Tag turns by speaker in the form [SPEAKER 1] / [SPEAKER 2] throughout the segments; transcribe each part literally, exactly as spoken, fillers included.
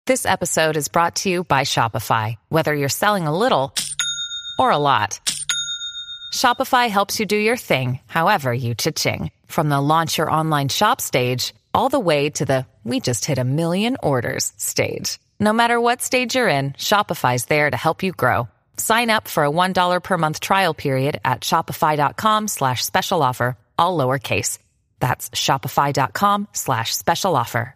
[SPEAKER 1] This episode is brought to you by Shopify. Whether you're selling a little or a lot, Shopify helps you do your thing, however you cha-ching. From the launch your online shop stage, all the way to the we just hit a million orders stage. No matter what stage you're in, Shopify's there to help you grow. Sign up for a one dollar per month trial period at shopify.com slash special offer, all lowercase. That's shopify.com slash special offer.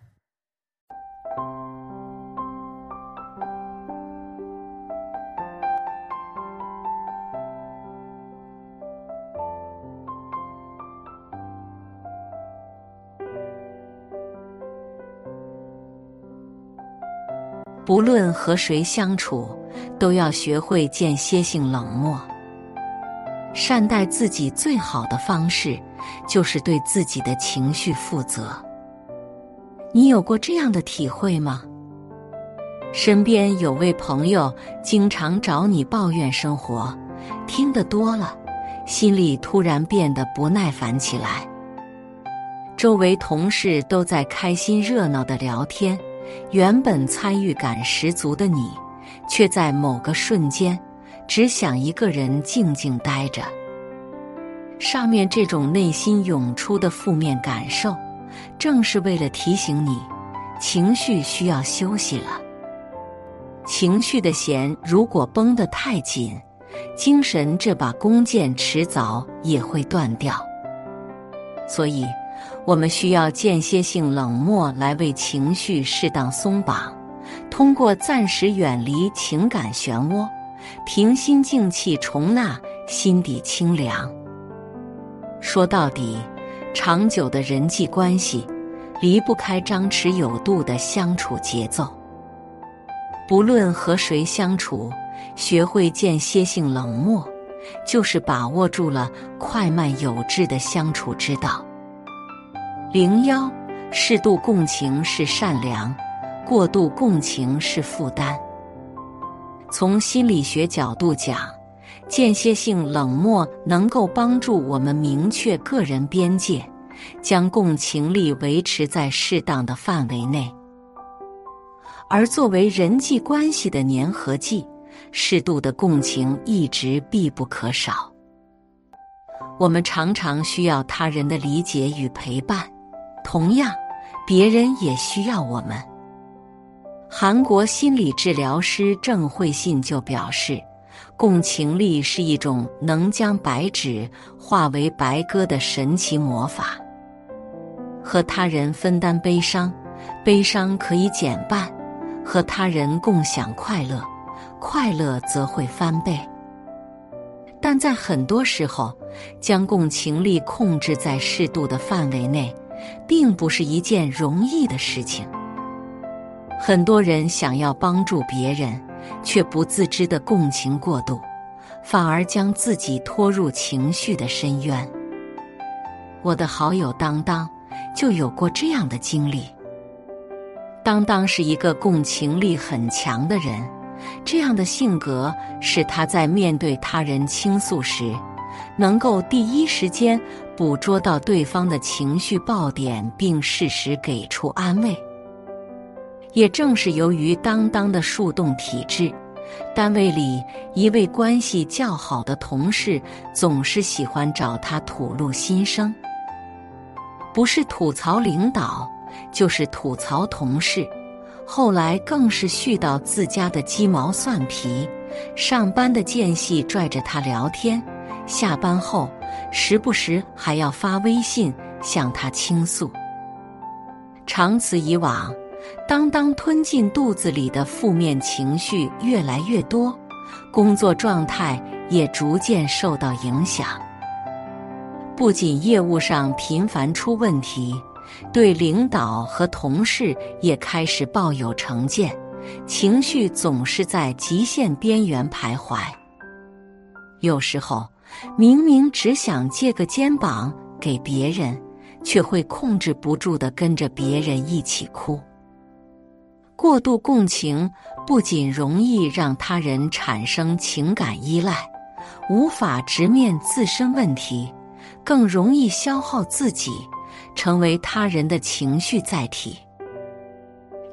[SPEAKER 2] 不论和谁相处，都要学会间歇性冷漠。善待自己最好的方式，就是对自己的情绪负责。你有过这样的体会吗？身边有位朋友经常找你抱怨生活，听得多了，心里突然变得不耐烦起来。周围同事都在开心热闹地聊天，原本参与感十足的你，却在某个瞬间只想一个人静静待着。上面这种内心涌出的负面感受，正是为了提醒你，情绪需要休息了。情绪的弦如果绷得太紧，精神这把弓箭迟早也会断掉。所以我们需要间歇性冷漠来为情绪适当松绑，通过暂时远离情感漩涡，平心静气重纳心底清凉。说到底，长久的人际关系离不开张弛有度的相处节奏。不论和谁相处，学会间歇性冷漠，就是把握住了快慢有致的相处之道。零幺，适度共情是善良，过度共情是负担。从心理学角度讲，间歇性冷漠能够帮助我们明确个人边界，将共情力维持在适当的范围内。而作为人际关系的粘合剂，适度的共情一直必不可少。我们常常需要他人的理解与陪伴，同样，别人也需要我们。韩国心理治疗师郑慧信就表示，共情力是一种能将白纸化为白鸽的神奇魔法。和他人分担悲伤，悲伤可以减半；和他人共享快乐，快乐则会翻倍。但在很多时候，将共情力控制在适度的范围内，并不是一件容易的事情。很多人想要帮助别人，却不自知的共情过度，反而将自己拖入情绪的深渊。我的好友当当就有过这样的经历。当当是一个共情力很强的人，这样的性格使他在面对他人倾诉时，能够第一时间捕捉到对方的情绪爆点，并适时给出安慰。也正是由于当当的树洞体质，单位里一位关系较好的同事总是喜欢找他吐露心声，不是吐槽领导，就是吐槽同事，后来更是絮叨自家的鸡毛蒜皮，上班的间隙拽着他聊天，下班后时不时还要发微信向他倾诉。长此以往，当当吞进肚子里的负面情绪越来越多，工作状态也逐渐受到影响。不仅业务上频繁出问题，对领导和同事也开始抱有成见，情绪总是在极限边缘徘徊。有时候明明只想借个肩膀给别人，却会控制不住地跟着别人一起哭。过度共情不仅容易让他人产生情感依赖，无法直面自身问题，更容易消耗自己，成为他人的情绪载体。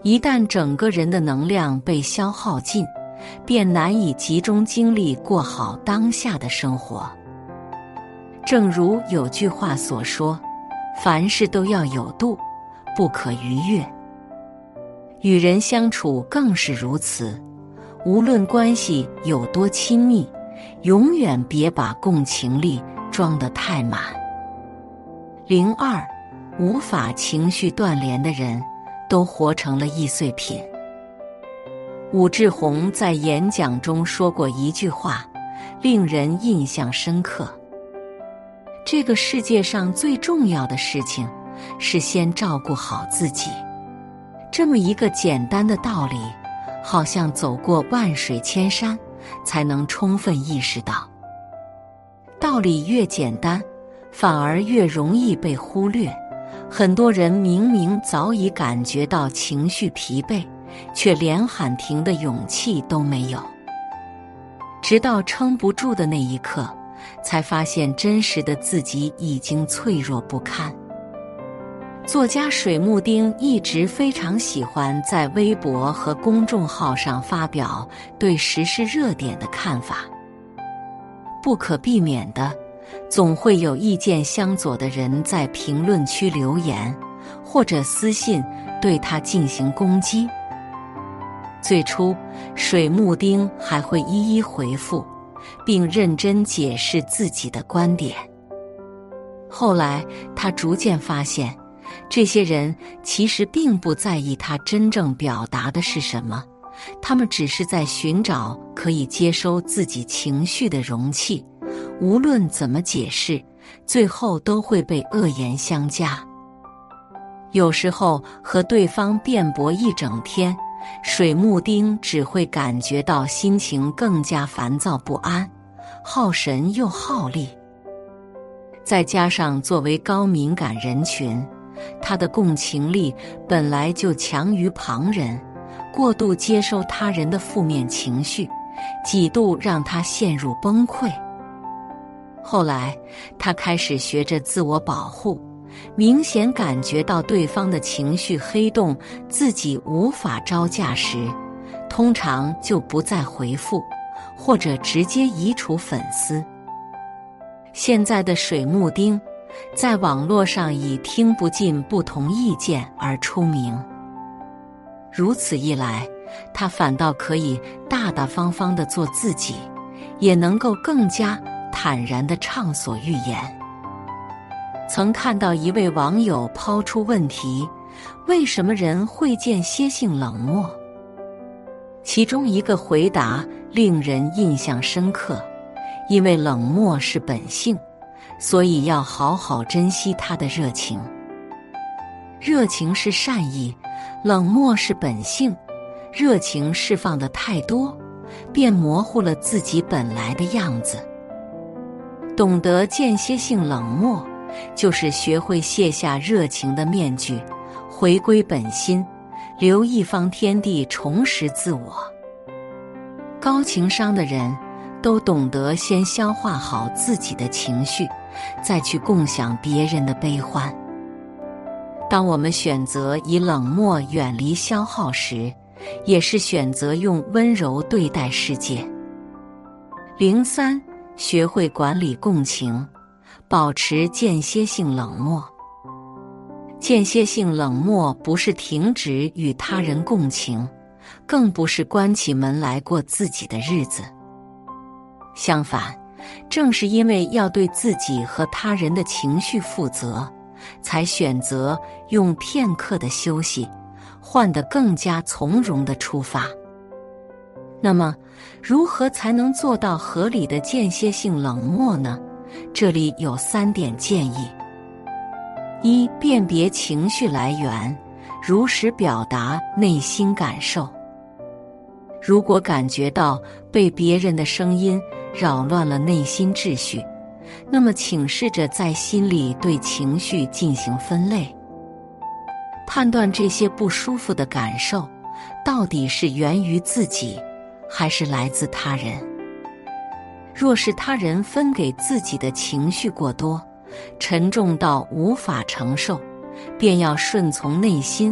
[SPEAKER 2] 一旦整个人的能量被消耗尽，便难以集中精力过好当下的生活。正如有句话所说，凡事都要有度，不可逾越。与人相处更是如此，无论关系有多亲密，永远别把共情力装得太满。零二，无法情绪断联的人，都活成了易碎品。武志红在演讲中说过一句话，令人印象深刻：这个世界上最重要的事情，是先照顾好自己。这么一个简单的道理，好像走过万水千山，才能充分意识到。道理越简单，反而越容易被忽略。很多人明明早已感觉到情绪疲惫，却连喊停的勇气都没有。直到撑不住的那一刻，才发现真实的自己已经脆弱不堪。作家水木丁一直非常喜欢在微博和公众号上发表对时事热点的看法。不可避免的，总会有意见相左的人在评论区留言，或者私信对他进行攻击。最初，水木丁还会一一回复，并认真解释自己的观点。后来，他逐渐发现，这些人其实并不在意他真正表达的是什么，他们只是在寻找可以接收自己情绪的容器，无论怎么解释，最后都会被恶言相加。有时候和对方辩驳一整天，水木丁只会感觉到心情更加烦躁不安，耗神又耗力。再加上作为高敏感人群，他的共情力本来就强于旁人，过度接收他人的负面情绪，几度让他陷入崩溃。后来，他开始学着自我保护，明显感觉到对方的情绪黑洞自己无法招架时，通常就不再回复，或者直接移除粉丝。现在的水木丁在网络上以听不进不同意见而出名。如此一来，他反倒可以大大方方地做自己，也能够更加坦然地畅所欲言。曾看到一位网友抛出问题：为什么人会间歇性冷漠？其中一个回答令人印象深刻：因为冷漠是本性，所以要好好珍惜他的热情。热情是善意，冷漠是本性。热情释放的太多，便模糊了自己本来的样子。懂得间歇性冷漠，就是学会卸下热情的面具，回归本心，留一方天地，重拾自我。高情商的人都懂得先消化好自己的情绪，再去共享别人的悲欢。当我们选择以冷漠远离消耗时，也是选择用温柔对待世界。零三，学会管理共情，保持间歇性冷漠。间歇性冷漠不是停止与他人共情，更不是关起门来过自己的日子。相反，正是因为要对自己和他人的情绪负责，才选择用片刻的休息换得更加从容的出发。那么，如何才能做到合理的间歇性冷漠呢？这里有三点建议：一、辨别情绪来源，如实表达内心感受。如果感觉到被别人的声音扰乱了内心秩序，那么请试着在心里对情绪进行分类，判断这些不舒服的感受到底是源于自己，还是来自他人。若是他人分给自己的情绪过多，沉重到无法承受，便要顺从内心，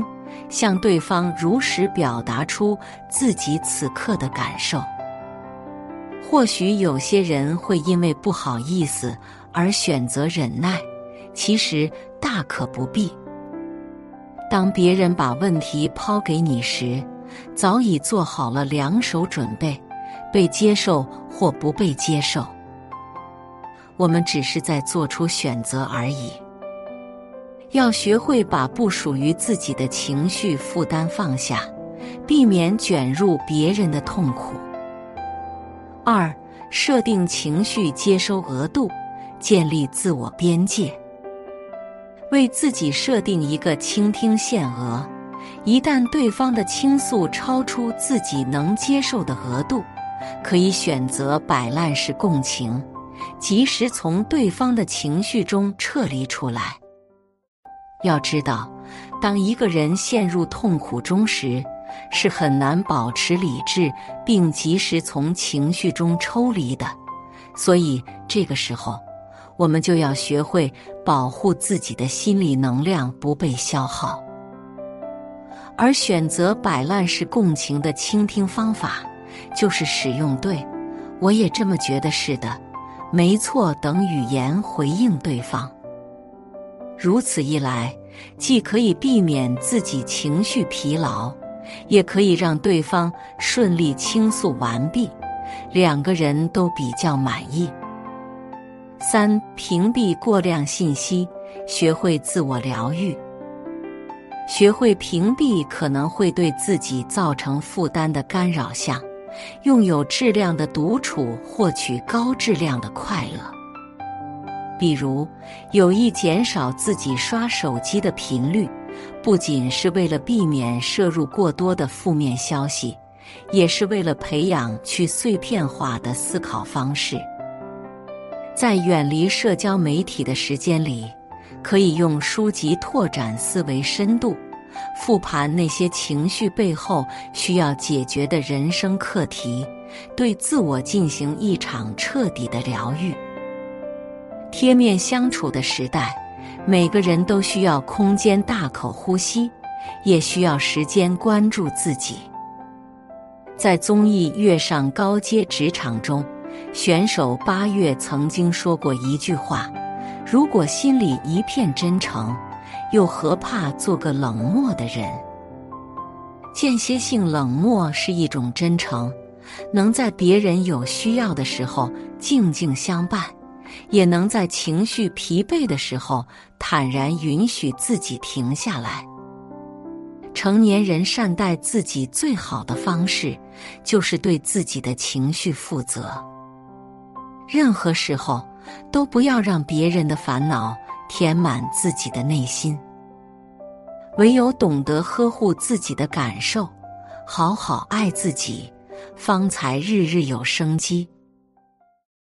[SPEAKER 2] 向对方如实表达出自己此刻的感受。或许有些人会因为不好意思而选择忍耐，其实大可不必。当别人把问题抛给你时，早已做好了两手准备，被接受或不被接受。我们只是在做出选择而已。要学会把不属于自己的情绪负担放下，避免卷入别人的痛苦。二、设定情绪接收额度，建立自我边界。为自己设定一个倾听限额，一旦对方的倾诉超出自己能接受的额度，可以选择摆烂式共情，及时从对方的情绪中撤离出来。要知道，当一个人陷入痛苦中时，是很难保持理智并及时从情绪中抽离的，所以这个时候我们就要学会保护自己的心理能量不被消耗。而选择摆烂式共情的倾听方法，就是使用对我也这么觉得是的，没错等语言回应对方。如此一来，既可以避免自己情绪疲劳，也可以让对方顺利倾诉完毕，两个人都比较满意。三、屏蔽过量信息，学会自我疗愈。学会屏蔽可能会对自己造成负担的干扰项，用有质量的独处获取高质量的快乐。比如，有意减少自己刷手机的频率，不仅是为了避免摄入过多的负面消息，也是为了培养去碎片化的思考方式。在远离社交媒体的时间里，可以用书籍拓展思维深度，复盘那些情绪背后需要解决的人生课题，对自我进行一场彻底的疗愈。贴面相处的时代，每个人都需要空间大口呼吸，也需要时间关注自己。在综艺《跃上高阶职场》中，选手八月曾经说过一句话：如果心里一片真诚，又何怕做个冷漠的人？间歇性冷漠是一种真诚，能在别人有需要的时候静静相伴，也能在情绪疲惫的时候坦然允许自己停下来。成年人善待自己最好的方式，就是对自己的情绪负责。任何时候都不要让别人的烦恼填满自己的内心。唯有懂得呵护自己的感受，好好爱自己，方才日日有生机。